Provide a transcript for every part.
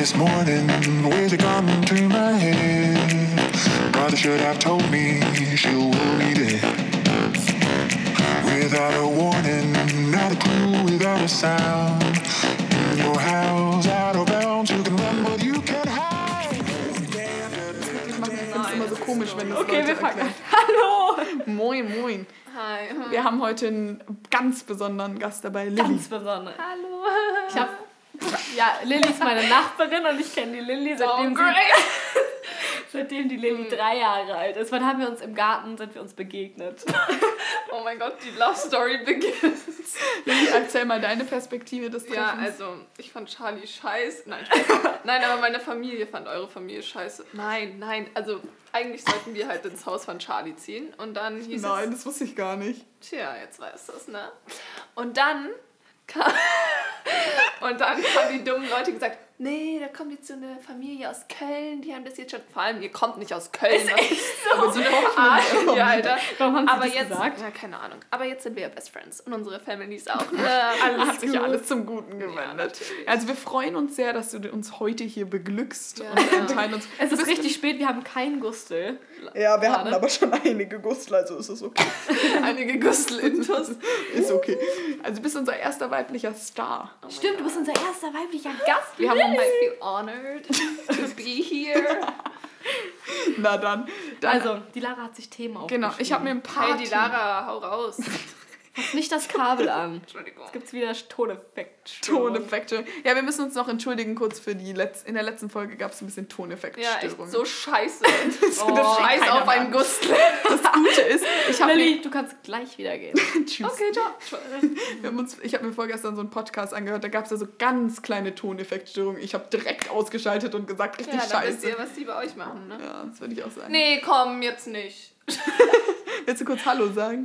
this morning, where's it gone to my head? Brother should have told me she will be dead. Without a warning, not a clue, without a sound. In your house, out of bounds, you can run, but you can't hide. Ich finde es immer so komisch, wenn das Okay, Leute wir fangen an. erklären. Hallo! Moin, moin. Hi. Wir haben heute einen ganz besonderen Gast dabei, Lilly. Ganz besonders. Hallo. Ich hab, ja, Lilly ist meine Nachbarin und ich kenne die Lilly, seitdem die Lilly 3 Jahre alt ist. Wann haben wir uns im Garten, sind wir uns begegnet? Oh mein Gott, die Love Story beginnt. Lilly, erzähl mal deine Perspektive des Treffens. Ja, also, ich fand Charlie scheiße. Nein, aber meine Familie fand eure Familie scheiße. Nein, also eigentlich sollten wir halt ins Haus von Charlie ziehen. Und dann hieß Nein, das wusste ich gar nicht. Tja, jetzt weißt du es, ne? Und dann haben die dummen Leute gesagt, nee, da kommt jetzt so eine Familie aus Köln, die haben das jetzt schon, vor allem, ihr kommt nicht aus Köln. Ist echt so. Aber sie verarschen wir, Alter. Warum haben aber sie das jetzt, gesagt? Na, keine Ahnung. Aber jetzt sind wir ja Best Friends und unsere Families auch. Hat sich ja alles zum Guten gewendet. Ja, also wir freuen uns sehr, dass du uns heute hier beglückst und teilen uns. Es ist richtig spät, wir haben keinen Gustel. Ja, wir hatten aber schon einige Gustl, also ist es okay. Einige Gustel-Intus. Ist okay. Also du bist unser erster weiblicher Star. Oh Stimmt, du bist unser erster weiblicher Gast. Wir haben I feel honored to be here. Na dann. Also, die Lara hat sich Themen aufgeschrieben. Genau, ich habe mir ein paar Hey, die Lara, hau raus. Fass nicht das Kabel an. Entschuldigung. Jetzt gibt's wieder Toneffekt. Toneffekte. Ja, wir müssen uns noch entschuldigen kurz für die in der letzten Folge gab es ein bisschen Ja, Toneffektstörungen. echt so scheiße. Oh, Scheiß keiner auf einen mehr. Gustel. Das Gute ist, ich habe Lilly, du kannst gleich wieder gehen. Tschüss. Okay, ciao. Ich habe mir vorgestern so einen Podcast angehört, da gab es ja so ganz kleine Toneffektstörungen. Ich habe direkt ausgeschaltet und gesagt, richtig Ja, dann wisst scheiße. ihr, was die bei euch machen, ne? Ja, das würde ich auch sagen. Nee, komm, jetzt nicht. Willst du kurz Hallo sagen?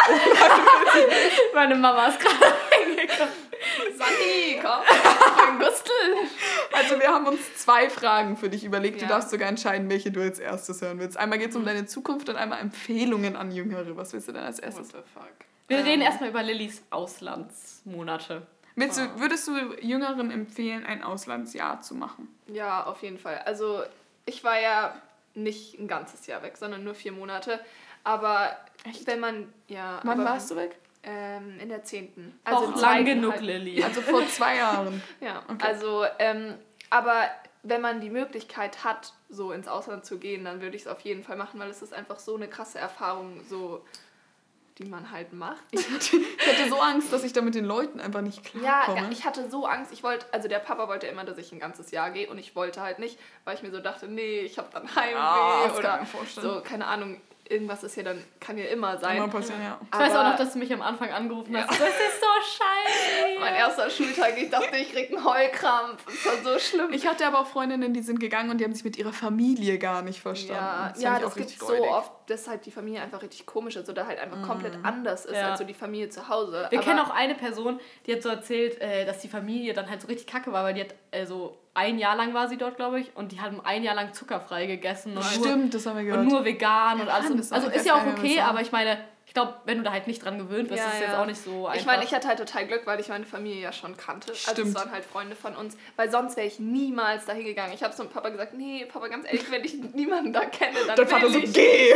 Meine Mama ist gerade reingekommen. Sanni, komm. Auf einen Gustel. Also wir haben uns 2 Fragen für dich überlegt. Du Ja. darfst sogar entscheiden, welche du als erstes hören willst. Einmal geht es um deine Zukunft und einmal Empfehlungen an Jüngere. Was willst du denn als erstes? What the fuck? Wir reden erstmal über Lillys Auslandsmonate. Würdest du Jüngeren empfehlen, ein Auslandsjahr zu machen? Ja, auf jeden Fall. Also, ich war ja nicht ein ganzes Jahr weg, sondern nur 4 Monate. Aber wenn man, ja... Wann aber, warst du weg? In der 10. Also im lang zweiten genug, halt. Lilly. Also vor 2 Jahren. Ja, Okay. also, aber wenn man die Möglichkeit hat, so ins Ausland zu gehen, dann würde ich es auf jeden Fall machen, weil es ist einfach so eine krasse Erfahrung, so, die man halt macht. Ich hatte so Angst, dass ich da mit den Leuten einfach nicht klarkomme. Ja, ich hatte so Angst. Also der Papa wollte immer, dass ich ein ganzes Jahr gehe und ich wollte halt nicht, weil ich mir so dachte, nee, ich habe dann Heimweh das kann oder ich mir vorstellen. so, keine Ahnung. Irgendwas ist ja dann, kann ja immer sein. Immer passieren, ja. Ich weiß auch Aber noch, dass du mich am Anfang angerufen hast. Das ist so scheiße. mein erster Schultag, ich dachte, ich krieg einen Heulkrampf. Das war so schlimm. Ich hatte aber auch Freundinnen, die sind gegangen und die haben sich mit ihrer Familie gar nicht verstanden. Ja, fand ich das auch gibt richtig so räudig. oft, dass halt die Familie einfach richtig komisch ist oder halt einfach komplett anders ist Ja. als so die Familie zu Hause. Wir Aber kennen auch eine Person, die hat so erzählt, dass die Familie dann halt so richtig kacke war, weil die hat so 1 Jahr lang war sie dort, glaube ich, und die haben 1 Jahr lang zuckerfrei gegessen. Und Stimmt, das haben wir gehört. Und nur vegan und alles. Mann, das ist Also auch ist ja auch geil, okay, was aber ich meine, ich glaube, wenn du da halt nicht dran gewöhnt bist, Ja, ist es jetzt ja. auch nicht so einfach. Ich meine, ich hatte halt total Glück, weil ich meine Familie ja schon kannte. Also Stimmt. es waren halt Freunde von uns, weil sonst wäre ich niemals dahin gegangen. Ich habe so mit Papa gesagt, nee, Papa, ganz ehrlich, wenn ich niemanden da kenne, dann Dein Vater will so, ich. geh!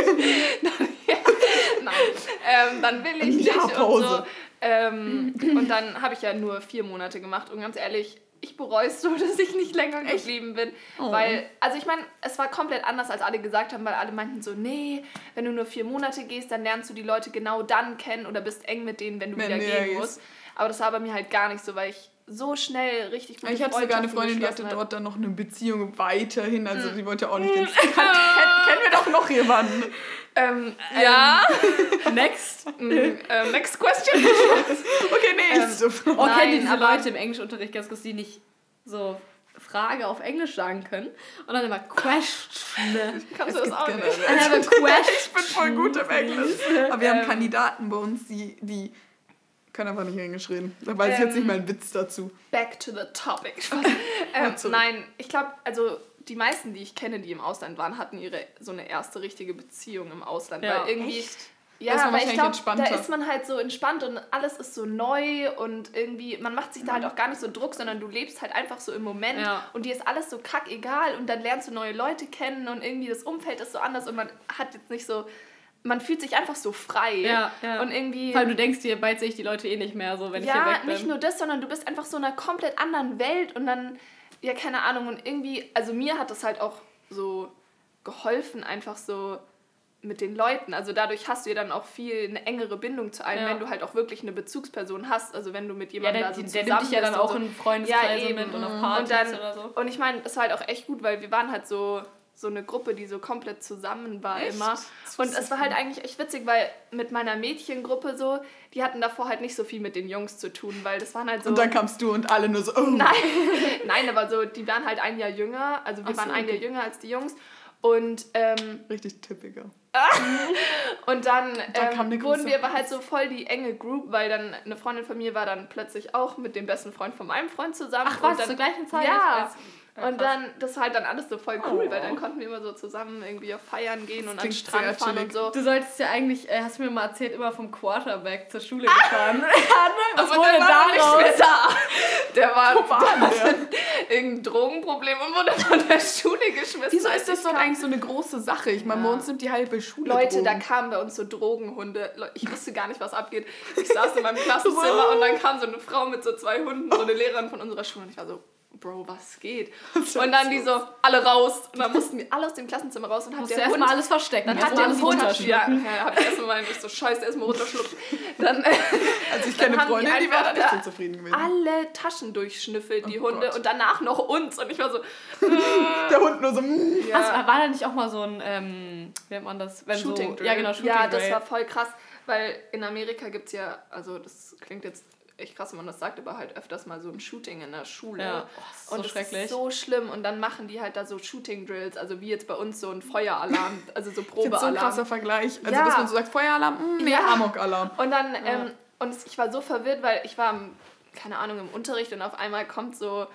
Nein, dann will ich nicht und so. Jahrpause. Und dann habe ich ja nur 4 Monate gemacht und ganz ehrlich, ich bereue es so, dass ich nicht länger geblieben bin. Oh. Weil, also ich meine, es war komplett anders, als alle gesagt haben, weil alle meinten so, nee, wenn du nur 4 Monate gehst, dann lernst du die Leute genau dann kennen oder bist eng mit denen, wenn du wieder gehen musst. Aber das war bei mir halt gar nicht so, weil ich so schnell richtig gute Ich hatte sogar eine Freundschaften Freundin, die hatte geschlossen dort dann noch eine Beziehung weiterhin, also die wollte auch nicht den... Kennen wir doch noch jemanden. Ja. Next. Next question. Okay, nächste Frage. Oh, kennt ihr Nein, diese aber- Leute im Englischunterricht ganz kurz, die nicht so Frage auf Englisch sagen können? Und dann immer question. Kannst du das auch nicht? I have a question. Ich bin voll gut im Englisch. Aber wir haben Kandidaten bei uns, die können einfach nicht Englisch reden. Da weiß ich jetzt nicht mal einen Witz dazu. Back to the topic. zurück. Nein, ich glaube, also die meisten, die ich kenne, die im Ausland waren, hatten so eine erste richtige Beziehung im Ausland. Ja, weil irgendwie, echt? Ja, ist man aber ich wahrscheinlich glaube, entspannter. da ist man halt so entspannt und alles ist so neu und irgendwie, man macht sich da halt auch gar nicht so Druck, sondern du lebst halt einfach so im Moment und dir ist alles so kackegal und dann lernst du neue Leute kennen und irgendwie das Umfeld ist so anders und man hat jetzt nicht so, man fühlt sich einfach so frei. Ja. Und irgendwie... Vor allem du denkst dir, bald sehe ich die Leute eh nicht mehr, so wenn ich hier weg bin. Ja, nicht nur das, sondern du bist einfach so in einer komplett anderen Welt und dann, ja, keine Ahnung, und irgendwie, also mir hat das halt auch so geholfen, einfach so mit den Leuten. Also dadurch hast du ja dann auch viel eine engere Bindung zu einem, wenn du halt auch wirklich eine Bezugsperson hast. Also wenn du mit jemandem da so zusammen bist. Der nimmt dich ja dann auch in Freundeskreise mit und auf Partys oder so. Und ich meine, es war halt auch echt gut, weil wir waren halt so eine Gruppe, die so komplett zusammen war immer. Und es war halt eigentlich echt witzig, weil mit meiner Mädchengruppe so, die hatten davor halt nicht so viel mit den Jungs zu tun, weil das waren halt so... Und dann kamst du und alle nur so... Oh. Nein, aber so, die waren halt ein Jahr jünger, also wir waren ein Jahr jünger als die Jungs. Und richtig typiger. Und dann wurden wir aber halt so voll die enge Group, weil dann eine Freundin von mir war dann plötzlich auch mit dem besten Freund von meinem Freund zusammen. Ach was, zur gleichen Zeit? Ja. Und dann, das war halt dann alles so voll cool, weil dann konnten wir immer so zusammen irgendwie auf Feiern gehen und an den Strand fahren und so. Du solltest ja eigentlich, hast du mir mal erzählt, immer vom Quarterback zur Schule gefahren. Was wurde denn da nicht mehr da? Der war irgendein Drogenproblem und wurde von der Schule geschmissen. Wieso ist das doch eigentlich so eine große Sache? Ich meine, bei uns nimmt die halbe Schule Leute, Drogen. da kamen bei uns so Drogenhunde. Ich wusste gar nicht, was abgeht. Ich saß in meinem Klassenzimmer und dann kam so eine Frau mit so 2 Hunden, so eine Lehrerin von unserer Schule und ich war so... Bro, was geht? Und dann die so, alle raus. Und dann mussten wir alle aus dem Klassenzimmer raus und hat der Hund... erstmal alles verstecken. Dann hat der alles runterschlucken. Ja, hab ich erstmal nicht so scheiße, erstmal runterschlucken. Dann, also ich kenne Freunde, die wären nicht so zufrieden gewesen. Alle Taschen durchschnüffelt, die Hunde. Gott. Und danach noch uns. Und ich war so... Der Hund nur so... Ja. Also, war da nicht auch mal so ein... wie nennt man das? Wenn Shooting so, Drill. Ja, genau, Shooting Drill. Ja, das war voll krass. Weil in Amerika gibt's ja... Also das klingt jetzt... echt krass, wenn man das sagt, aber halt öfters mal so ein Shooting in der Schule. Ja, das ist und so schrecklich. Ist so schlimm und dann machen die halt da so Shooting-Drills, also wie jetzt bei uns so ein Feueralarm, also so Probealarm. So ein krasser Vergleich. Also, dass man so sagt, Feueralarm, Amok-Alarm. Und dann, und ich war so verwirrt, weil ich war, keine Ahnung, im Unterricht und auf einmal kommt so...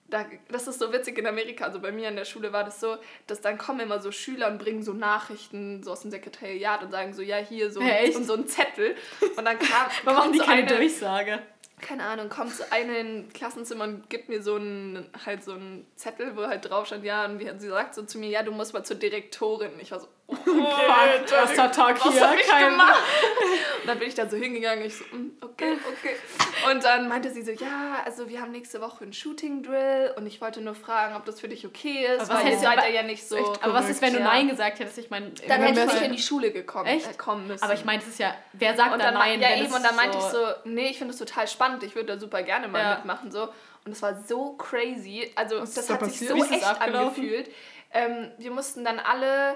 Das ist so witzig in Amerika, also bei mir in der Schule war das so, dass dann kommen immer so Schüler und bringen so Nachrichten so aus dem Sekretariat und sagen so, ja, hier so, und so ein Zettel. Und dann Warum machen die so keine Durchsage? Keine Ahnung, kommt so eine in Klassenzimmer und gibt mir so einen Zettel, wo halt drauf stand, ja, und sie sagt so zu mir, ja, du musst mal zur Direktorin. Ich war so, fuck, erster Tag hier, was hab ich gemacht? Und dann bin ich da so hingegangen, ich so, okay. Und dann meinte sie so, ja, also wir haben nächste Woche einen Shooting-Drill und ich wollte nur fragen, ob das für dich okay ist, weil ihr seid ja nicht so... Aber was ist, wenn du Nein gesagt hättest? Ich meine, dann hätte ich nicht in die Schule kommen müssen. Aber ich meine, es ist ja, wer sagt und dann Nein? Ja, eben, und dann meinte ich so, nee, ich finde das total spannend, ich würde da super gerne mal mitmachen, so. Und es war so crazy, also das hat sich so echt angefühlt. Wir mussten dann alle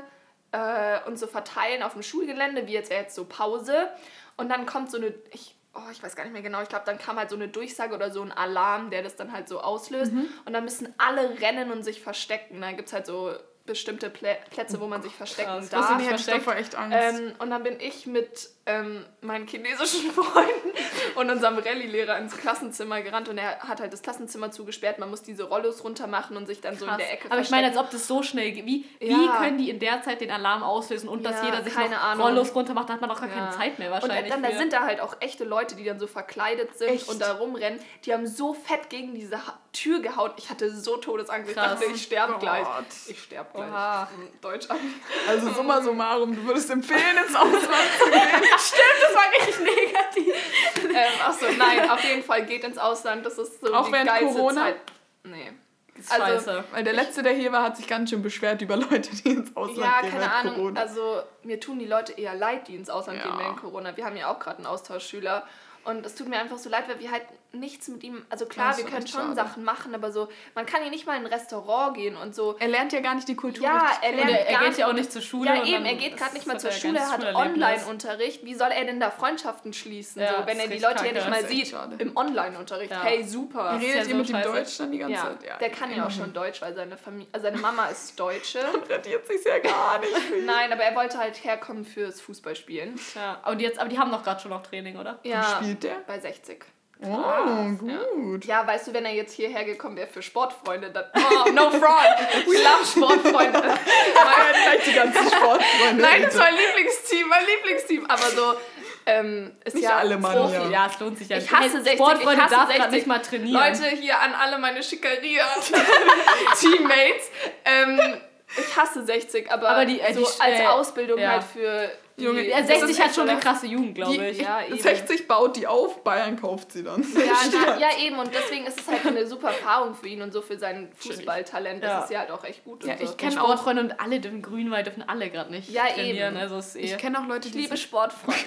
uns so verteilen auf dem Schulgelände, wie jetzt wäre jetzt so Pause. Und dann kommt so eine, ich weiß gar nicht mehr genau, ich glaube, dann kam halt so eine Durchsage oder so ein Alarm, der das dann halt so auslöst. Und dann müssen alle rennen und sich verstecken. Dann gibt es halt so bestimmte Plätze, wo man sich verstecken darf. Ich hätte davor echt Angst. Und dann bin ich mit meinen chinesischen Freunden und unserem Rallye-Lehrer ins Klassenzimmer gerannt und er hat halt das Klassenzimmer zugesperrt. Man muss diese Rollos runter machen und sich dann so in der Ecke verstecken. Aber ich meine, als ob das so schnell geht. Wie können die in der Zeit den Alarm auslösen und dass jeder sich noch Rollos runter macht, da hat man auch gar keine Zeit mehr wahrscheinlich. Und dann da sind da halt auch echte Leute, die dann so verkleidet sind und da rumrennen. Die haben so fett gegen diese Tür gehauen. Ich hatte so Todesangst. Ich dachte, ich sterbe gleich. Ich sterbe gleich. Oha. Deutsch. Also summa summarum, du würdest empfehlen, ins Ausland zu gehen. Stimmt, das war richtig negativ. Achso, nein, auf jeden Fall geht ins Ausland. Das ist so auch die während geilste Corona? Zeit. Nee. Scheiße. Weil der Letzte, der hier war, hat sich ganz schön beschwert über Leute, die ins Ausland gehen während Corona. Corona. Also mir tun die Leute eher leid, die ins Ausland gehen während Corona. Wir haben ja auch gerade einen Austauschschüler. Und es tut mir einfach so leid, weil wir halt nichts mit ihm... Also klar, wir können schon Sachen machen, aber so... Man kann hier nicht mal in ein Restaurant gehen und so... Er lernt ja gar nicht die Kultur. Ja, er geht ja auch nicht zur Schule. Ja, eben, er geht gerade nicht mal zur Schule, er hat Online-Unterricht. Wie soll er denn da Freundschaften schließen, so, wenn er die Leute ja nicht mal sieht im Online-Unterricht? Ja. Hey, super. Redet ihr mit dem Deutsch dann die ganze Zeit? Ja, der kann ja auch schon Deutsch, weil seine Familie... Also seine Mama ist Deutsche. Rentiert sich ja gar nicht. Nein, aber er wollte halt herkommen fürs Fußballspielen. Ja, aber die haben doch gerade schon noch Training, oder? Ja, spielt der? Bei 60. Oh, gut. Ja, weißt du, wenn er jetzt hierher gekommen wäre für Sportfreunde, dann... Oh, no front! We love Sportfreunde. Vielleicht die ganzen Sportfreunde. Nein, das ist mein Lieblingsteam. mein Lieblingsteam. Aber so ist nicht ja alle Mann, Profi. ja. Ja, es lohnt sich ja. Ich hasse 60. Sportfreunde Ich hasse darf 60. gerade nicht mal trainieren. Leute, hier an alle meine Schickeria-Teammates. Ich hasse 60, aber die, so als Ausbildung ja. halt für... Junge, Ja, das 60 ist hat echt schon eine so krasse Jugend, glaube ich. Ja, eben. 60 baut die auf, Bayern kauft sie dann. Ja, eben. Und deswegen ist es halt eine super Erfahrung für ihn und so für sein Fußballtalent. Das ist ja halt auch echt gut. Ja, und so. ich kenn Sportfreunde und alle dürfen Grünwald dürfen alle gerade nicht trainieren. Eben. Also ist Ich kenne auch Leute, Ich die liebe Sportfreunde.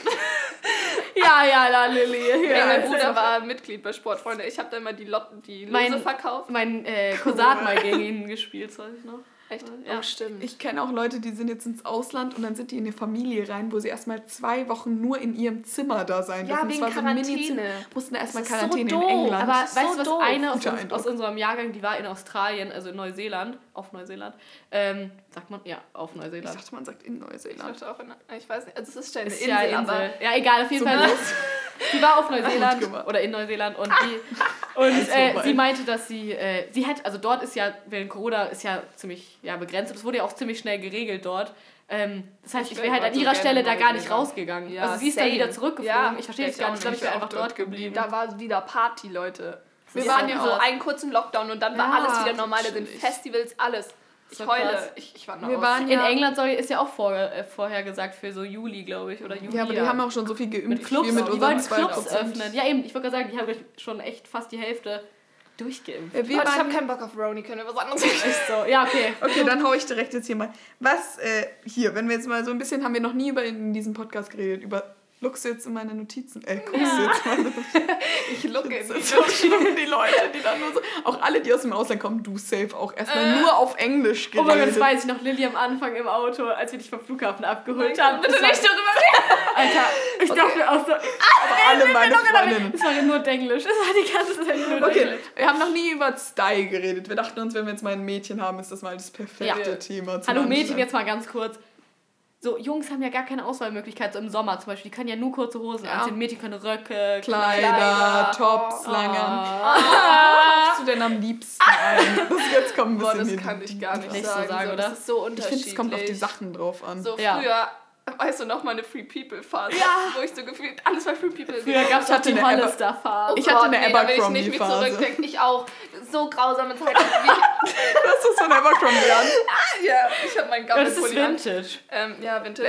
ja, Lilly. Ja, mein Bruder war Mitglied bei Sportfreunde. Ich habe da immer die Lose verkauft. Mein Cousin hat mal gegen ihn gespielt, soll ich noch? Echt? Ja. Oh, stimmt. Ich kenne auch Leute, die sind jetzt ins Ausland und dann sind die in eine Familie rein, wo sie erstmal 2 Wochen nur in ihrem Zimmer da sein Ja, dürfen. wegen Das war so ein Quarantäne. Mini-Zimmer. Mussten erstmal Das ist so Quarantäne doof. in England. Aber Das ist weißt so du, was doof. eine Guter Eindruck. aus unserem Jahrgang, die war in Australien, also in Neuseeland, auf Neuseeland, sagt man, ja, auf Ich Neuseeland. dachte, man sagt in Ich Neuseeland. dachte auch, ich weiß nicht, also es ist eine Ist Insel, ja Insel. aber... Ja, egal, auf jeden Zum Fall. Glück. Sie war auf Gut Neuseeland gemacht. oder in Neuseeland und Alles vorbei. sie meinte, dass sie hat, also dort ist ja, während Corona ist ja ziemlich begrenzt und es wurde ja auch ziemlich schnell geregelt dort. Das heißt, ich wäre halt an so ihrer gerne Stelle da mal gar nicht gegangen. rausgegangen. Ja, also sie ist dann same. wieder zurückgeflogen. Ja, Ich verstehe das ich gar auch nicht. Ich glaube, ich nicht. wäre einfach dort geblieben. Da war wieder Party, Leute. Wir ist waren so ja so krass. einen kurzen Lockdown und dann war Ja, alles wieder normal. Da sind chillig. Festivals, alles. Ich So heule. krass. Ich war noch Wir aus. waren In ja, England ist ja auch vorher gesagt für so Juli, glaube ich, oder Juli. ja, aber die haben auch schon so viel geimpft. mit Clubs, wir mit die unseren wollen Clubs 2%. öffnen. Ja eben, ich wollte gerade sagen, die haben schon echt fast die Hälfte durchgeimpft. Wir Ich habe waren, keinen Bock auf Roni, können wir was anderes Ist so, ja, okay. okay, dann hau ich direkt jetzt hier mal. Was, hier, wenn wir jetzt mal so ein bisschen, haben wir noch nie in diesem Podcast geredet, über guckst du jetzt in meine Notizen? Guckst du jetzt meine Notizen? Ich lucke in die So schlimm, die Leute, die dann nur so, auch alle, die aus dem Ausland kommen, du safe auch erstmal nur auf Englisch Oh mein Gott, das geredet. weiß ich noch, Lilly am Anfang im Auto, als wir dich vom Flughafen abgeholt Nein, haben. bitte Das war- nicht darüber reden. Alter, ich dachte auch so, Aber alle meine Freundinnen. es war ja nur Denglisch. Es war die ganze Zeit nur Okay, Denglisch. wir haben noch nie über Style geredet. Wir dachten uns, wenn wir jetzt mal ein Mädchen haben, ist das mal das perfekte Ja. Thema. zum Hallo Mädchen, Anschneiden. jetzt mal ganz kurz. So, Jungs haben ja gar keine Auswahlmöglichkeit, so im Sommer zum Beispiel. Die können ja nur kurze Hosen Ja. anziehen. Mädchen können Röcke, Kleider, Tops, Oh. lange. Was kaufst du denn am liebsten ein? Jetzt kommt ein Boah, bisschen das kann ich gar nicht Nicht so sagen. sagen, so, oder? Das ist so Ich unterschiedlich. finde, es kommt auf die Sachen drauf an. So Ja. früher, weißt du noch, meine Free People Phase, wo ich so gefühlt alles bei Free People Früher gab es Ich auch hatte die eine Hollister-Phase. Ich hatte eine da will ich nicht Abercrombie mich Phase. zurückdenken. Ich auch. So grausame Zeiten. Das ist so ein Abercrombie an. Ja, ich habe meinen Ja, das ist Gammelpulli an. Vintage. Ja, Vintage.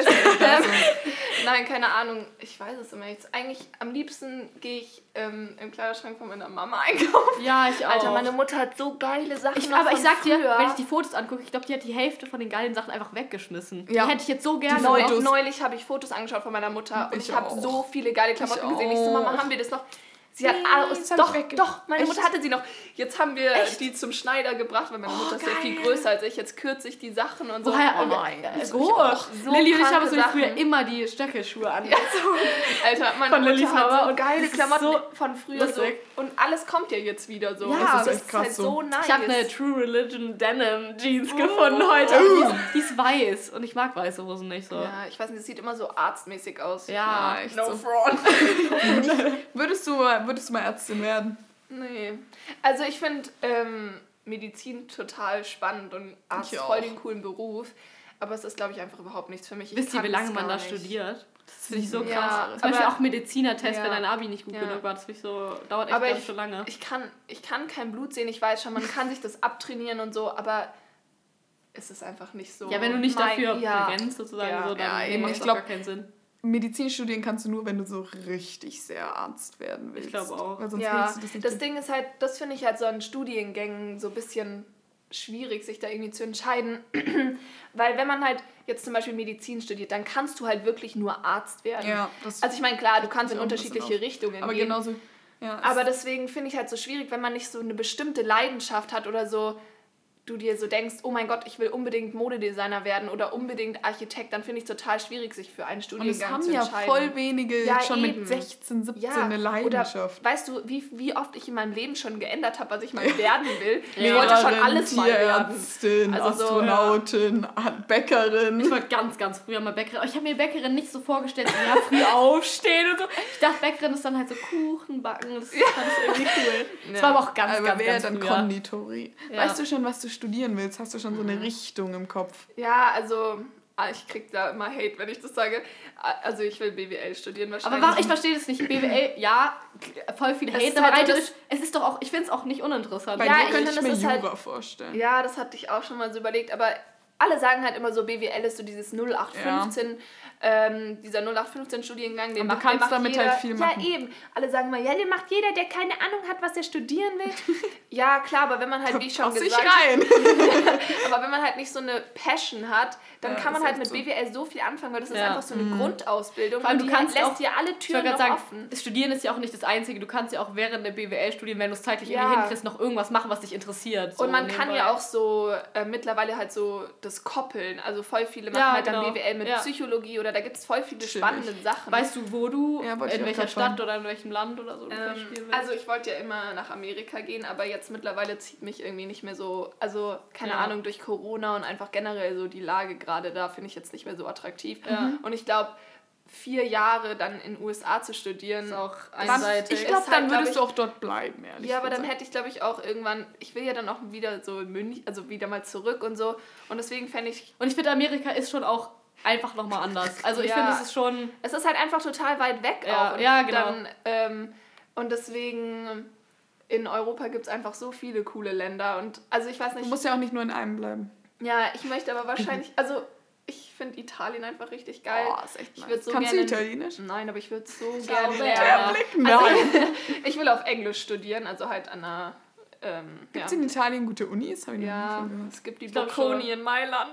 Nein, keine Ahnung. Ich weiß es immer nicht. Eigentlich am liebsten gehe ich im Kleiderschrank von meiner Mama einkaufen. Ja, ich auch. Alter, meine Mutter hat so geile Sachen. Aber ich sag dir, früher. wenn ich die Fotos angucke, ich glaube, die hat die Hälfte von den geilen Sachen einfach weggeschmissen. Ja. Die hätte ich jetzt so gerne. Neu- noch. Fotos. Neulich habe ich Fotos angeschaut von meiner Mutter und Ich ich habe auch. so viele geile Klamotten Ich gesehen. Ich so, auch. Mama, haben wir das noch? Sie hat Nee, alles. das hab Doch, ich wegge- doch, meine Echt? Mutter hatte sie noch. Jetzt haben wir Echt? die zum Schneider gebracht, weil meine Mutter ist ja viel geil. größer als ich. Jetzt kürze ich die Sachen und so. Woher? Oh nein. Wo? so Lilly und ich haben kranke so früher Sachen. immer die Stöckelschuhe an. Alter, meine Von Mutter Lillys hat Mama so und geile das ist Klamotten so von früher so. lustig. Und alles kommt ja jetzt wieder so. Ja, das das ist ist echt halt krass so so. nice. Ich habe eine True Religion Denim Jeans gefunden heute. Aber die ist weiß und ich mag weiße Hosen nicht so. Ja, ich weiß nicht, das sieht immer so arztmäßig aus. Ja, echt No so. fraud. Würdest du mal Ärztin werden? Nee. Also ich finde Medizin total spannend und Arzt Ich voll auch. den coolen Beruf. Aber es ist, glaube ich, einfach überhaupt nichts für mich. Ich Wisst ihr, kann wie lange es man gar da nicht. studiert? Das finde ich so krass. Ja, Zum Beispiel aber- auch Medizinertest, Ja. wenn dein Abi nicht gut Ja. genug war. Das finde ich so, dauert echt Aber ganz schön lange. Ich kann kein Blut sehen, ich weiß schon, man kann sich das abtrainieren und so, aber es ist einfach nicht so. Ja, wenn du nicht dafür brennst sozusagen, Ja. so, dann Ja, eben. macht Ich das glaub, gar keinen Sinn. Medizinstudien kannst du nur, wenn du so richtig sehr Arzt werden willst. Ich glaube auch. Weil sonst Ja, willst du das nicht. das Ding ist halt, das finde ich halt so an Studiengängen so ein bisschen schwierig, sich da irgendwie zu entscheiden. Weil wenn man halt jetzt zum Beispiel Medizin studiert, dann kannst du halt wirklich nur Arzt werden. Ja, das Also ich meine, klar, du kannst in ja auch ein bisschen unterschiedliche auf. Richtungen aber gehen. genauso. Ja, Aber deswegen finde ich halt so schwierig, wenn man nicht so eine bestimmte Leidenschaft hat oder so, du dir so denkst, oh mein Gott, ich will unbedingt Modedesigner werden oder unbedingt Architekt, dann finde ich es total schwierig, sich für einen und es Studiengang haben zu ja entscheiden. voll wenige Ja, schon eben. mit 16, 17 Ja, eine Leidenschaft. Oder weißt du, wie oft ich in meinem Leben schon geändert habe, was ich mal werden will? Ich Ja. wollte schon Lehrerin, alles mal werden. Tierärztin, Also so, Astronautin, Bäckerin. Ich wollte ganz früher mal Bäckerin. Aber ich habe mir Bäckerin nicht so vorgestellt, so, ja, früh aufstehen und so. Ich dachte, Bäckerin ist dann halt so Kuchen backen. Das fand ich irgendwie cool. Das war aber auch ganz aber wer ganz dann früher. Konditorie? Ja. Weißt du schon, was du studieren willst? Hast du schon so eine Richtung im Kopf? Ja, also ich krieg da immer Hate, wenn ich das sage. Also ich will BWL studieren wahrscheinlich. Aber ich verstehe das nicht. BWL, ja, voll viel Hate, ist aber halt rein es ist doch auch, ich finde es auch nicht uninteressant. Bei Ja, dir ich könnte ich finde, mir das ist Jura halt- vorstellen. Ja, das hatte ich auch schon mal so überlegt, aber alle sagen halt immer so, BWL ist so dieses 0815, dieser 0815-Studiengang, den Und du macht, kannst den macht damit jeder. halt viel machen. Ja, eben. Alle sagen immer, ja, den macht jeder, der keine Ahnung hat, was er studieren will. Ja, klar, aber wenn man halt, wie ich schon Pass ich gesagt habe, rein. aber wenn man halt nicht so eine Passion hat, dann Ja, kann man ist halt echt mit so. BWL so viel anfangen, weil das ist Ja. einfach so eine Grundausbildung. Vor allem, und du die kannst lässt auch- dir alle Ich wollte Türen gerade noch sagen, offen. das Studieren ist ja auch nicht das Einzige. Du kannst ja auch während der BWL studieren, wenn du es zeitlich Ja. irgendwie hinkriegst, noch irgendwas machen, was dich interessiert. So Und man kann nebenbei. ja auch so mittlerweile halt so das koppeln. Also voll viele machen Ja, halt dann genau. BWL mit Ja. Psychologie oder da gibt es voll viele spannende Sachen. Weißt du, wo du, Ja, wollte ich in auch welcher grad Stadt fragen. oder in welchem Land oder so du vielleicht spielen willst? Also ich wollte ja immer nach Amerika gehen, aber jetzt mittlerweile zieht mich irgendwie nicht mehr so, also keine Ja. Ahnung, durch Corona und einfach generell so die Lage gerade da finde ich jetzt nicht mehr so attraktiv. Ja. Und ich glaube, 4 Jahre dann in den USA zu studieren, ist auch Dann, einseitig. ich glaube, Ist halt, dann glaub würdest ich- du auch dort bleiben, ehrlich ja, aber dann gesagt. hätte ich, glaube ich, auch irgendwann, ich will ja dann auch wieder so in München, also wieder mal zurück und so. Und deswegen fände ich, Und ich finde, Amerika ist schon auch einfach nochmal anders. Also ich Ja. finde, es ist schon... es ist halt einfach total weit weg Ja, auch. Und ja, genau. Dann, und deswegen, in Europa gibt es einfach so viele coole Länder. Und also ich weiß Du nicht, musst ja auch nicht nur in einem bleiben. ja, ich möchte aber wahrscheinlich, also ich finde Italien einfach richtig geil. Oh, ist echt Ich nice. würd so Kannst du gerne- Italienisch? Nein, aber ich würde so Ciao, gerne Bella. lernen. Nein. Also, ich will auf Englisch studieren, also halt an einer, Gibt es in Italien gute Unis? Hab ich noch nie ja, von gehört. es gibt die glaub Bocconi schon. in Mailand.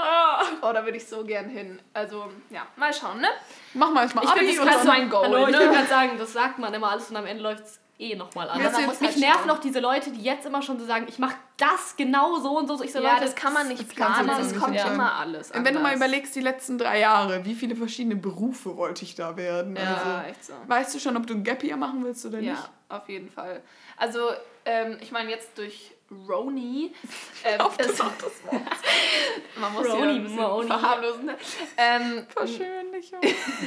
Oh, da würde ich so gern hin. Also, ja, mal schauen, ne? Mach mal erstmal Ich Abi finde, und das ist dann... mein Goal, Hallo, ich ne? will gerade sagen, das sagt man immer alles und am Ende läuft es nochmal an. Ja, Also, man muss mich halt nerven schauen. noch diese Leute, die jetzt immer schon so sagen, ich mache das genau so und so. Ich so, Ja, Leute, das kann man nicht das kannst du planen, jetzt es nicht kommt entscheiden. immer alles Und wenn du mal anders. überlegst, die letzten 3 Jahre, wie viele verschiedene Berufe wollte ich da werden? Ja. Also, echt so. weißt du schon, ob du ein Gap Year machen willst oder Ja, nicht? auf jeden Fall. Also, ich meine, jetzt durch Roni Auf das ist, auch das Wort. man muss Roni, hier ein bisschen Moni. verharmlosen. Ne? Verschönlichung.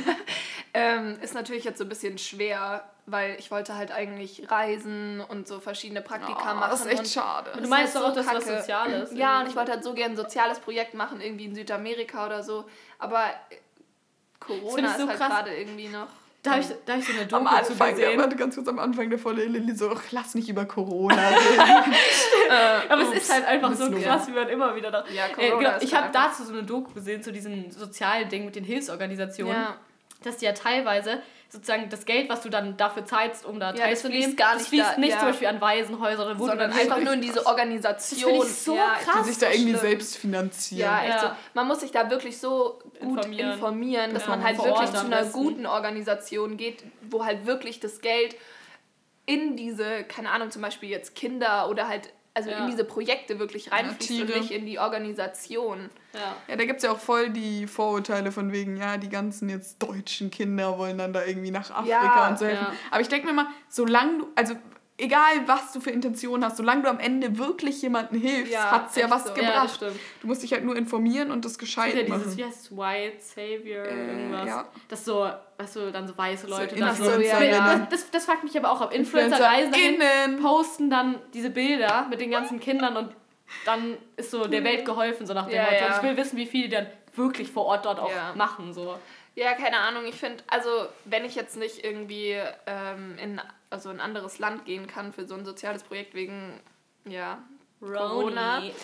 Ist natürlich jetzt so ein bisschen schwer, weil ich wollte halt eigentlich reisen und so verschiedene Praktika machen. Das ist echt und schade. Du meinst ist doch auch, so dass was kacke. Soziales. Ja, und ich wollte halt so gerne ein soziales Projekt machen, irgendwie in Südamerika oder so. Aber find Corona ich so ist halt krass. gerade irgendwie noch... Da habe ich so eine Am Doku zu Anfang, gesehen. warte ganz kurz am Anfang der Folge, Lilly so, ach, lass nicht über Corona reden. Aber es ist halt einfach so Misslungen. krass, wie man immer wieder da... Ja, Corona genau, ist ich halt habe einfach- dazu so eine Doku gesehen, zu diesem sozialen Ding mit den Hilfsorganisationen, Ja. dass die ja teilweise sozusagen das Geld, was du dann dafür zahlst, um da das teilzunehmen, fließt gar das nicht fließt da- nicht ja. zum Beispiel an Waisenhäuser, oder wo sondern du dann einfach nur in diese Organisation. Das find ich so krass. Die sich da irgendwie schlimm. selbst finanzieren. Ja, echt Ja. so. Man muss sich da wirklich so gut informieren, dass Ja, man halt vor wirklich Ort zu am einer besten. guten Organisation geht, wo halt wirklich das Geld in diese, keine Ahnung, zum Beispiel jetzt Kinder oder halt, also Ja. in diese Projekte wirklich reinfließt und Tiere. nicht in die Organisation. Ja. Ja, da gibt es ja auch voll die Vorurteile von wegen, ja, die ganzen jetzt deutschen Kinder wollen dann da irgendwie nach Afrika Ja, und so helfen. ja. Aber ich denke mir mal, solange du, also egal was du für Intentionen hast, solange du am Ende wirklich jemandem hilfst, Ja, hat es ja echt was so. Ja, das gebracht. stimmt. Du musst dich halt nur informieren und das Es gescheit gibt ja machen. dieses, wie heißt es, White Savior, irgendwas. ja. Das so, weißt du, dann so weiße Leute. So dann so, Influencerinnen. das fuckt mich aber auch ab. Influencer reisen dahin, InfluencerInnen. posten dann diese Bilder mit den ganzen Kindern und dann ist so der Welt geholfen, so nach dem Ja, Motto. ja. Und ich will wissen, wie viele die dann wirklich vor Ort dort auch Ja. machen. So. Ja, keine Ahnung. Ich finde, also wenn ich jetzt nicht irgendwie in ein anderes Land gehen kann für so ein soziales Projekt wegen, ja, Corona, Roni.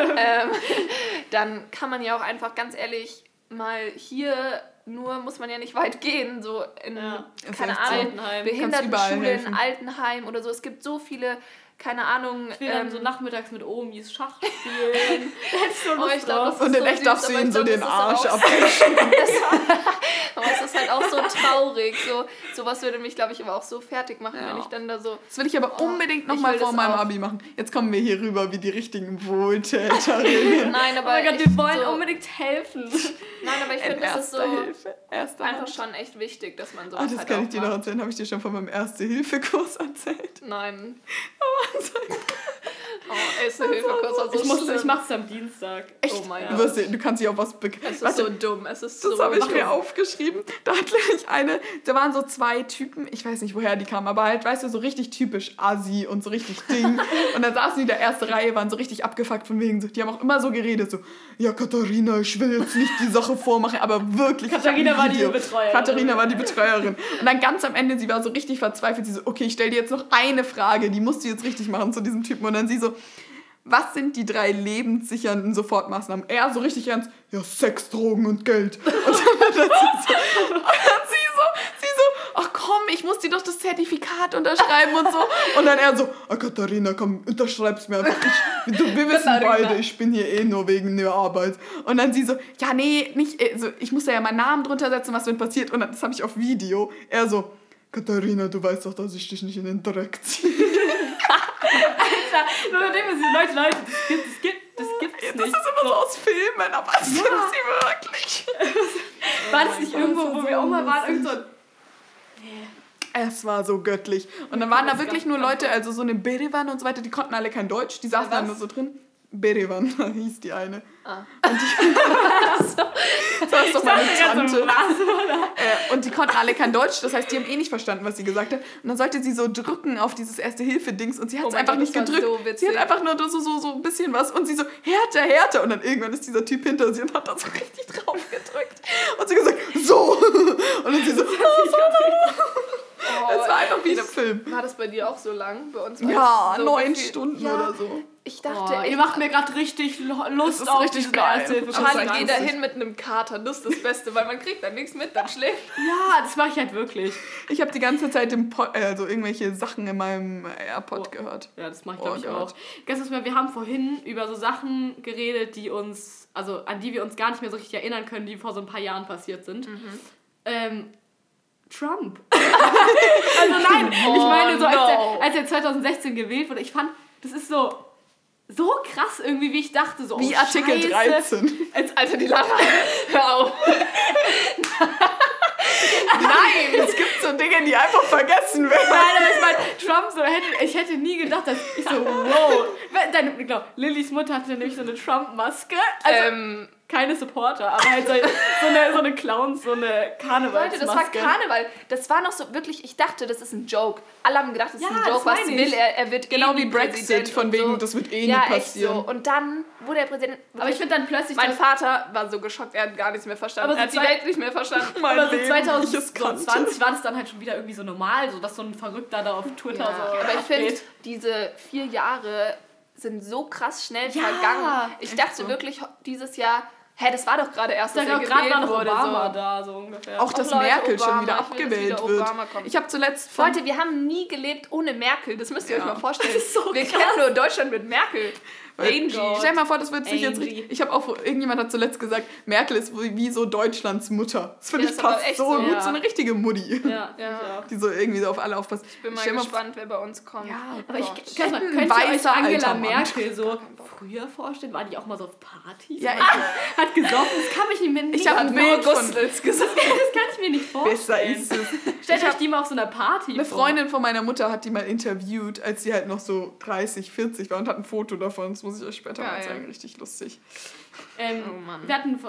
dann kann man ja auch einfach ganz ehrlich mal hier, nur muss man ja nicht weit gehen, so in, Ja. Ist keine echt so. Ahnung, Altenheim. Behindertenschule, helfen. in Altenheim oder so. Es gibt so viele, keine Ahnung. Ich will dann so nachmittags mit Omis Schach spielen. Hättest du Lust ich glaub, drauf? das Und ist in so echt süß, darfst du aber ihnen ich so glaub, den das ist Arsch auch- abwischen. Aber es ist halt auch so traurig. Sowas würde mich, glaube ich, aber auch so fertig machen, Ja. wenn ich dann da so... Das will ich aber unbedingt ich nochmal will vor das meinem auch. Abi machen. Jetzt kommen wir hier rüber wie die richtigen Wohltäterinnen. Nein, Oh aber mein Gott, ich wir wollen so, unbedingt helfen. Nein, aber ich finde, das ist so Erste einfach Hand. schon echt wichtig, dass man Ah, sowas das halt kann auch ich dir noch macht. erzählen. Habe ich dir schon von meinem Erste-Hilfe-Kurs erzählt? Nein. Hilfekurs war so schlimm. Ich mach's am Dienstag. Echt? Oh mein Du, Gott. du kannst dich auf was Es ist so dumm. Es ist so Das habe ich mir aufgeschrieben. Da hat nämlich da waren so 2 Typen, ich weiß nicht, woher die kamen, aber halt, weißt du, so richtig typisch Assi und so richtig Ding. Und dann saßen die in der ersten Reihe, waren so richtig abgefuckt von wegen so, die haben auch immer so geredet, so, ja, Katharina, ich will jetzt nicht die Sache vormachen, aber wirklich. Katharina war die Betreuerin. Katharina war die Betreuerin. Und dann ganz am Ende, sie war so richtig verzweifelt, sie so, okay, ich stelle dir jetzt noch eine Frage, die musst du jetzt richtig machen zu diesem Typen. Und dann sie so, was sind die 3 lebenssichernden Sofortmaßnahmen? Er so richtig ernst, ja, Sex, Drogen und Geld. Und dann sie so, ach komm, ich muss dir doch das Zertifikat unterschreiben und so. Und dann er so, Katharina, komm, unterschreib's mir einfach. Wir wissen beide, ich bin hier nur wegen der Arbeit. Und dann sie so, ja, nee, nicht, also, ich muss da ja meinen Namen drunter setzen, was denn passiert. Und das habe ich auf Video. Er so, Katharina, du weißt doch, dass ich dich nicht in den Dreck ziehe. Alter, nur mit dem ist Leute, das gibt's nicht. Das ist immer so aus Filmen, aber es sind sie wirklich. War das nicht irgendwo, wo wir auch mal waren, irgend so ein... Es war so göttlich. Und dann waren da wirklich nur Leute, also so eine Berevan und so weiter, die konnten alle kein Deutsch, die saßen dann nur so drin. Berevan hieß die eine. Und die, das ist doch meine Tante. Und die konnten alle kein Deutsch, das heißt, die haben nicht verstanden, was sie gesagt hat. Und dann sollte sie so drücken auf dieses Erste-Hilfe-Dings und sie hat es einfach nicht gedrückt. So sie hat einfach nur so ein bisschen was und sie so, härter. Und dann irgendwann ist dieser Typ hinter sie und hat da so richtig drauf gedrückt. Und sie gesagt, so. Und dann sie so, Es war einfach wie ein Film. War das bei dir auch so lang? Bei uns war ja, so 9 Stunden oder so. Ich dachte, ihr macht mir gerade richtig Lust auf richtig diese geil. Erste-Hilfe. Charlie, geh da hin mit einem Kater, das ist das Beste, weil man kriegt dann nichts mit, dann schläft. Ja, das mache ich halt wirklich. Ich habe die ganze Zeit also irgendwelche Sachen in meinem AirPod gehört. Ja, das mache ich, glaube ich, auch. Ganz mal, wir haben vorhin über so Sachen geredet, an die wir uns gar nicht mehr so richtig erinnern können, die vor so ein paar Jahren passiert sind. Trump. Also nein, ich meine so, als er 2016 gewählt wurde, ich fand, das ist so krass irgendwie, wie ich dachte. So, wie Artikel Scheiße. 13. Alter, die Lara, hör auf. Nein, es gibt so Dinge, die einfach vergessen werden. Nein, aber ich meine, Trump, ich hätte nie gedacht, dass ich so, wow. Ich glaube, Lillys Mutter hatte nämlich so eine Trump-Maske. Also, keine Supporter, aber halt so eine Clowns, so eine Karnevalsmaske. Leute, das war Karneval. Das war noch so wirklich, ich dachte, das ist ein Joke. Alle haben gedacht, das ist ein Joke. Was will er? Er wird genau wie Brexit, Brexit, von wegen, so. Das wird nie passieren. Echt so. Und dann wurde er Präsident. Aber ich finde dann plötzlich... Mein Vater war so geschockt, er hat gar nichts mehr verstanden. Er hat die Welt nicht mehr verstanden. Aber so 2020 war das dann halt schon wieder irgendwie so normal, so dass so ein Verrückter da auf Twitter so aber ich finde, diese 4 Jahre sind so krass schnell vergangen. Ich dachte wirklich dieses Jahr... das war doch gerade erst, dass er gewählt war noch wurde. Obama so. da, so ungefähr. Auch dass Merkel schon wieder abgewählt wird. Ich habe zuletzt... Leute, wir haben nie gelebt ohne Merkel. Das müsst ihr euch mal vorstellen. Das ist so wir krass. kennen nur Deutschland mit Merkel. Stell dir mal vor, das wird sich jetzt richtig... Ich habe auch... Irgendjemand hat zuletzt gesagt, Merkel ist wie so Deutschlands Mutter. Das finde ich passt so gut. Ja. So eine richtige Mutti. Ja. Die so irgendwie so auf alle aufpasst. Ich bin mal gespannt, wer bei uns kommt. Ja, aber ein könnt ihr euch weißer Angela alter Mann. Merkel so früher vorstellen? War die auch mal so auf Partys? Ja, hat gesoffen? Das kann ich mir nicht Ich habe ein Bild von... Das kann ich mir nicht vorstellen. Besser ist es. Stellt euch die mal auf so einer Party Eine vor. Freundin von meiner Mutter hat die mal interviewt, als sie halt noch so 30, 40 war und hat ein Foto davon. Das muss ich euch später mal zeigen. Richtig lustig. Oh Mann. Wir hatten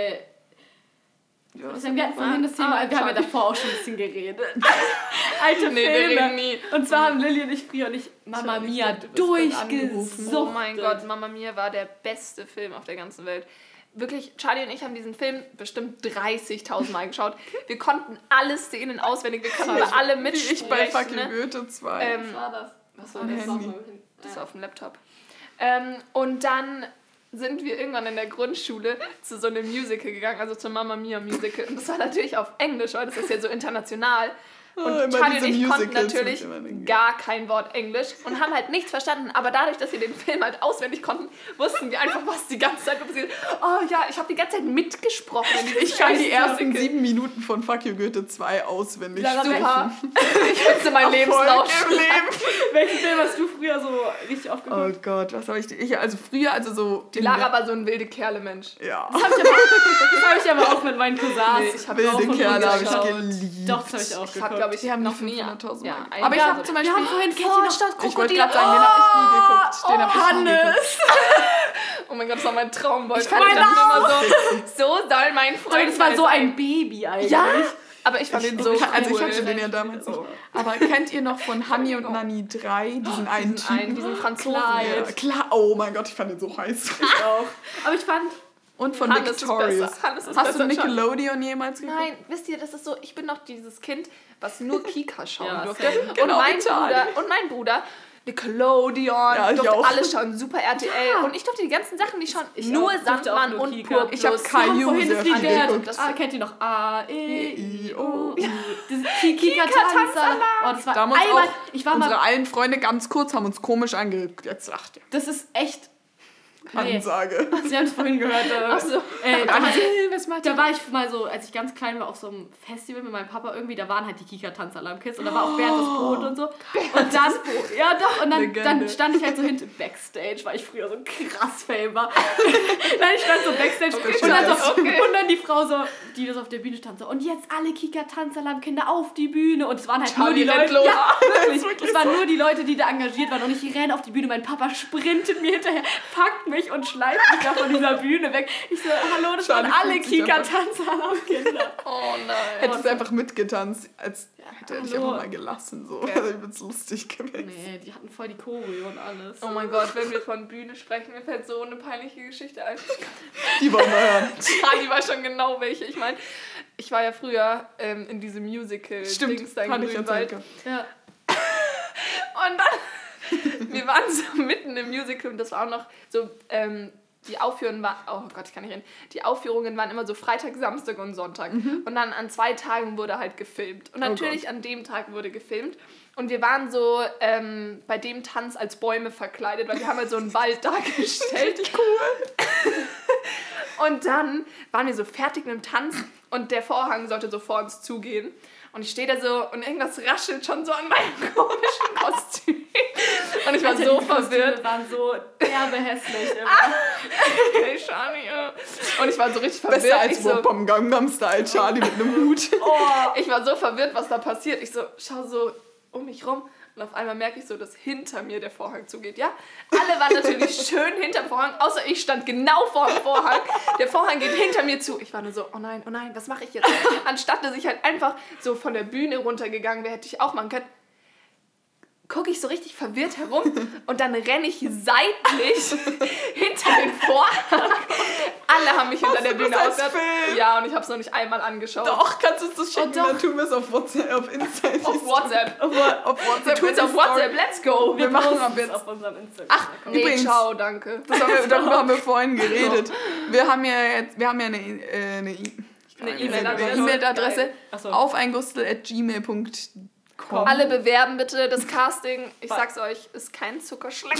vorhin das Thema, wir haben ja davor auch schon ein bisschen geredet. Alte Filme. Wir reden nie. Und zwar haben Lilly und ich früher nicht Mamma Mia durchgesucht. Oh mein Gott, Mamma Mia war der beste Film auf der ganzen Welt. Wirklich, Charlie und ich haben diesen Film bestimmt 30.000 Mal geschaut. Wir konnten alle Szenen auswendig, wir konnten alle mitsprechen. Wie ich bei Fucking Goethe 2. Was war das? Was war das? Das ist auf dem Laptop. Und dann sind wir irgendwann in der Grundschule zu so einem Musical gegangen, also zum Mamma Mia Musical. Und das war natürlich auf Englisch, weil das ist ja so international. Und Charlie und ich konnten natürlich gar kein Wort Englisch und haben halt nichts verstanden. Aber dadurch, dass wir den Film halt auswendig konnten, wussten wir einfach, was die ganze Zeit passiert. Oh ja, ich habe die ganze Zeit mitgesprochen. Ich kann die ersten 7 Minuten von Fuck You Goethe 2 auswendig sprechen. Super. Ich wünsche mein Lebensrausch. Welchen Film hast du früher so richtig aufgeguckt? Oh Gott, was habe ich... Also früher, also so... Die Lara war so ein wilde Kerle-Mensch. Ja. Das habe ich aber auch mit meinen Cousins. Wilde Kerle habe ich geliebt. Doch, das habe ich auch geguckt. glaube ich, die haben noch nie nie. 500.000 Ja, Mal. Aber ich habe zum Beispiel... Vorstadt Ich wollte gerade sagen, den habe ich nie geguckt. Den habe ich nie geguckt. Hannes! Oh mein Gott, das war mein Traumboy. Ich fand den immer so soll mein Aber Freund das war so sein. ein Baby eigentlich. Ja, aber ich fand ihn so cool. Also ich hatte den ja damals nicht. Aber kennt ihr noch von Honey und Nanny 3 diesen einen Typen? Diesen Franzosen. Ja, klar. Oh mein Gott, ich fand den so heiß. Ich auch. Aber ich fand... Und von Hannes Victorious. ist besser. Hannes ist Hast besser, du Nickelodeon jemals geguckt? Nein, wisst ihr, das ist so, ich bin noch dieses Kind, was nur Kika schauen Ja, durfte. same. Und, Genau, mein Bruder, Nickelodeon, Ja, ich durfte auch. alles schauen, Super RTL. Und ich durfte die ganzen Sachen nicht schauen. Ich Nur auch, durfte auch Sandmann nur und Kika. Pur Ich habe Plus. Caillou vorhin sehr das Lied viel gehört. geguckt. Kennt ihr noch A, E, I, O, U? Ja. Dieses Kika-Tanzalarm. Oh, das war Da haben uns einmal... auch Ich war unsere mal... allen Freunde ganz kurz, haben uns komisch angeguckt. Jetzt lacht ihr. Das ist echt... Nee. Ansage. Sie haben es vorhin gehört. so. Da war ich mal so, als ich ganz klein war, auf so einem Festival mit meinem Papa irgendwie, da waren halt die Kika-Tanzalarm-Kids und da war auch Bernd das Brot und so. Und dann, ja doch, und dann stand ich halt so hinten Backstage, weil ich früher so krass Fame war. Nein, ich stand so Backstage und dann die Frau so, die das auf der Bühne stand, so, und jetzt alle Kika-Tanzalarm-Kinder auf die Bühne. Und es waren halt nur die Leute, ja, wirklich, es waren nur die Leute, die da engagiert waren. Und ich renne auf die Bühne, mein Papa sprintet mir hinterher, packt mich und schleift mich da von dieser Bühne weg. Ich so, hallo, das waren alle Kika-Tanzalarm-Kinder. Oh nein. Hättest du einfach mitgetanzt, als hätte ich hallo. einfach mal gelassen. So. Also ich bin's lustig gewesen. Nee, die hatten voll die Choreo und alles. Oh mein Gott, wenn wir von Bühne sprechen, mir fällt so eine peinliche Geschichte ein. Die wollen wir hören. Charlie weiß schon genau welche. Ich meine, ich war ja früher in diesem Musical. Stimmt, Dings da in kann ich Grünwald. erzählen. Ja. Und dann, wir waren so mitten im Musical und das war auch noch so, die Aufführungen waren, oh Gott, ich kann nicht reden, die Aufführungen waren immer so Freitag, Samstag und Sonntag. Und dann an 2 Tagen wurde halt gefilmt. Und natürlich an dem Tag wurde gefilmt. Und wir waren so bei dem Tanz als Bäume verkleidet, weil wir haben halt so einen Wald dargestellt. Richtig cool. Und dann waren wir so fertig mit dem Tanz und der Vorhang sollte so vor uns zugehen. Und ich stehe da so und irgendwas raschelt schon so an meinem komischen Kostüm. Und ich war so verwirrt. Die waren so derbe hässlich. Hey, Charlie. Und ich war so richtig verwirrt. Besser als ich so, Wopom Gangnam Style, Charlie mit einem Hut. ich war so verwirrt, was da passiert. Ich so, schau so um mich rum. Und auf einmal merke ich so, dass hinter mir der Vorhang zugeht, ja? Alle waren natürlich schön hinterm Vorhang, außer ich stand genau vor dem Vorhang. Der Vorhang geht hinter mir zu. Ich war nur so, oh nein, was mache ich jetzt? Anstatt dass ich halt einfach so von der Bühne runtergegangen wäre, hätte ich auch machen können. Gucke ich so richtig verwirrt herum und dann renne ich seitlich hinter den Vorhang. Alle haben mich hinter der Bühne ausgesetzt. Ja, und ich habe es noch nicht einmal angeschaut. Doch, kannst du uns das schicken? Dann tun wir es auf WhatsApp, auf Instagram. Auf WhatsApp. Auf WhatsApp. Wir tun es auf WhatsApp. Let's go. Wir machen ab jetzt. Auf unserem Instagram. Ach, Nee, übrigens, ciao, danke. darüber haben wir vorhin geredet. Wir haben ja eine E-Mail-Adresse. E-Mail-Adresse Achso. aufeingustel@gmail.com. Alle bewerben bitte das Casting. Ich sag's euch, ist kein Zuckerschleck.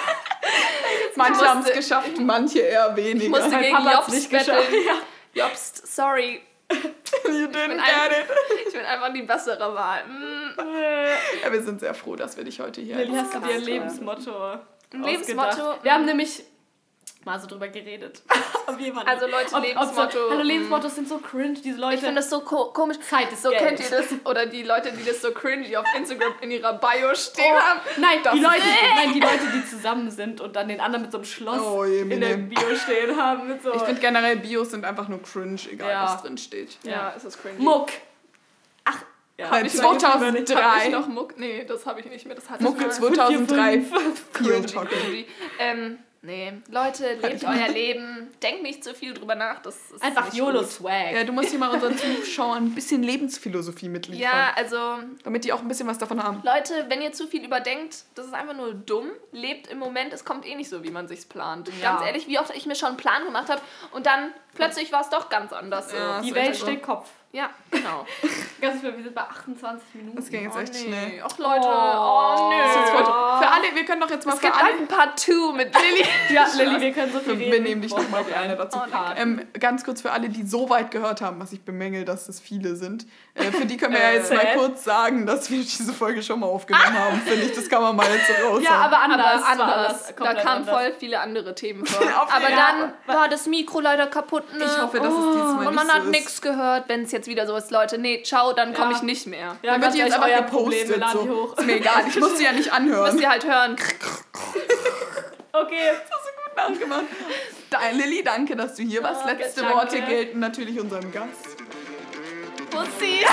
Manche haben es geschafft, manche eher weniger. Ich musste Mein gegen Papa hat's Jobst nicht betteln. geschafft. Jobst, sorry. You didn't get it. Ich bin einfach die bessere Wahl. Ja, wir sind sehr froh, dass wir dich heute hier Lilly, hast du dir ein Gast Lebensmotto Lebensmotto? ausgedacht? Wir haben nämlich mal so drüber geredet. Also Leute, Lebensmotto. Hallo, Lebensmottos sind so cringe, diese Leute. Ich finde das so komisch. Zeit ist So Geld. kennt ihr das? Oder die Leute, die das so cringy auf Instagram in ihrer Bio stehen haben. Nein, Das die ist- Leute, die zusammen sind und dann den anderen mit so einem Schloss Oh, je, in der Mine. Bio stehen haben. Mit so Ich finde generell Bios sind einfach nur cringe, egal Ja. was drin steht. Ja, es ist cringy. Muck. Ach, ja. Halt Hab ich 2003. Hab ich noch Muck? Nee, das habe ich nicht mehr. Das hatte Mucke ich mal. 2003. Cringy, Talking. cringy. Nee, Leute, lebt euer Leben. Denkt nicht zu viel drüber nach. Das ist Einfach nicht YOLO-Swag. Ja, du musst hier mal unseren Zuschauern ein bisschen Lebensphilosophie mitliefern. Ja, also Damit die auch ein bisschen was davon haben. Leute, wenn ihr zu viel überdenkt, das ist einfach nur dumm. Lebt im Moment, es kommt eh nicht so, wie man sich's plant. Ja. Ganz ehrlich, wie oft ich mir schon einen Plan gemacht habe und dann plötzlich war es doch ganz anders. So. Ja. Die ist Welt echt so. steht Kopf. Ja, genau. Ganz wir sind bei 28 Minuten. Das ging jetzt echt schnell. Ach Leute, oh nö. Das ist jetzt für alle, wir können doch jetzt mal Es für gibt alle... bald ein Part 2 mit Lilly. Ja, Lilly, wir können so viel reden. Wir nehmen dich nochmal für eine dazu. Oh, Ganz kurz für alle, die so weit gehört haben, was ich bemängel, dass es viele sind. Für die können wir ja jetzt mal sad. kurz sagen, dass wir diese Folge schon mal aufgenommen haben. Finde ich, das kann man mal jetzt so raus. Ja, aber anders. Aber war anders. das. Da Komplett kamen anders. voll viele andere Themen vor. Auf Aber jeden dann war das Mikro leider kaputt. Ne? Ich hoffe, dass es diesmal Und man nicht hat so ist. nichts gehört. Wenn es jetzt jetzt wieder so ist, Leute, nee, ciao, dann komme ich nicht mehr. Ja, dann wird jetzt einfach gepostet. So. Ist mir egal, ich muss sie ja nicht anhören. Müsst ihr halt hören. Okay. Das hast du gut nachgemacht. Lilly, danke, dass du hier warst. Letzte Worte gelten natürlich unserem Gast. Pussys.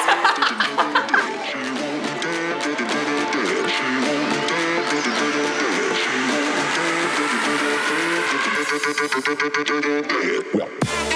Well.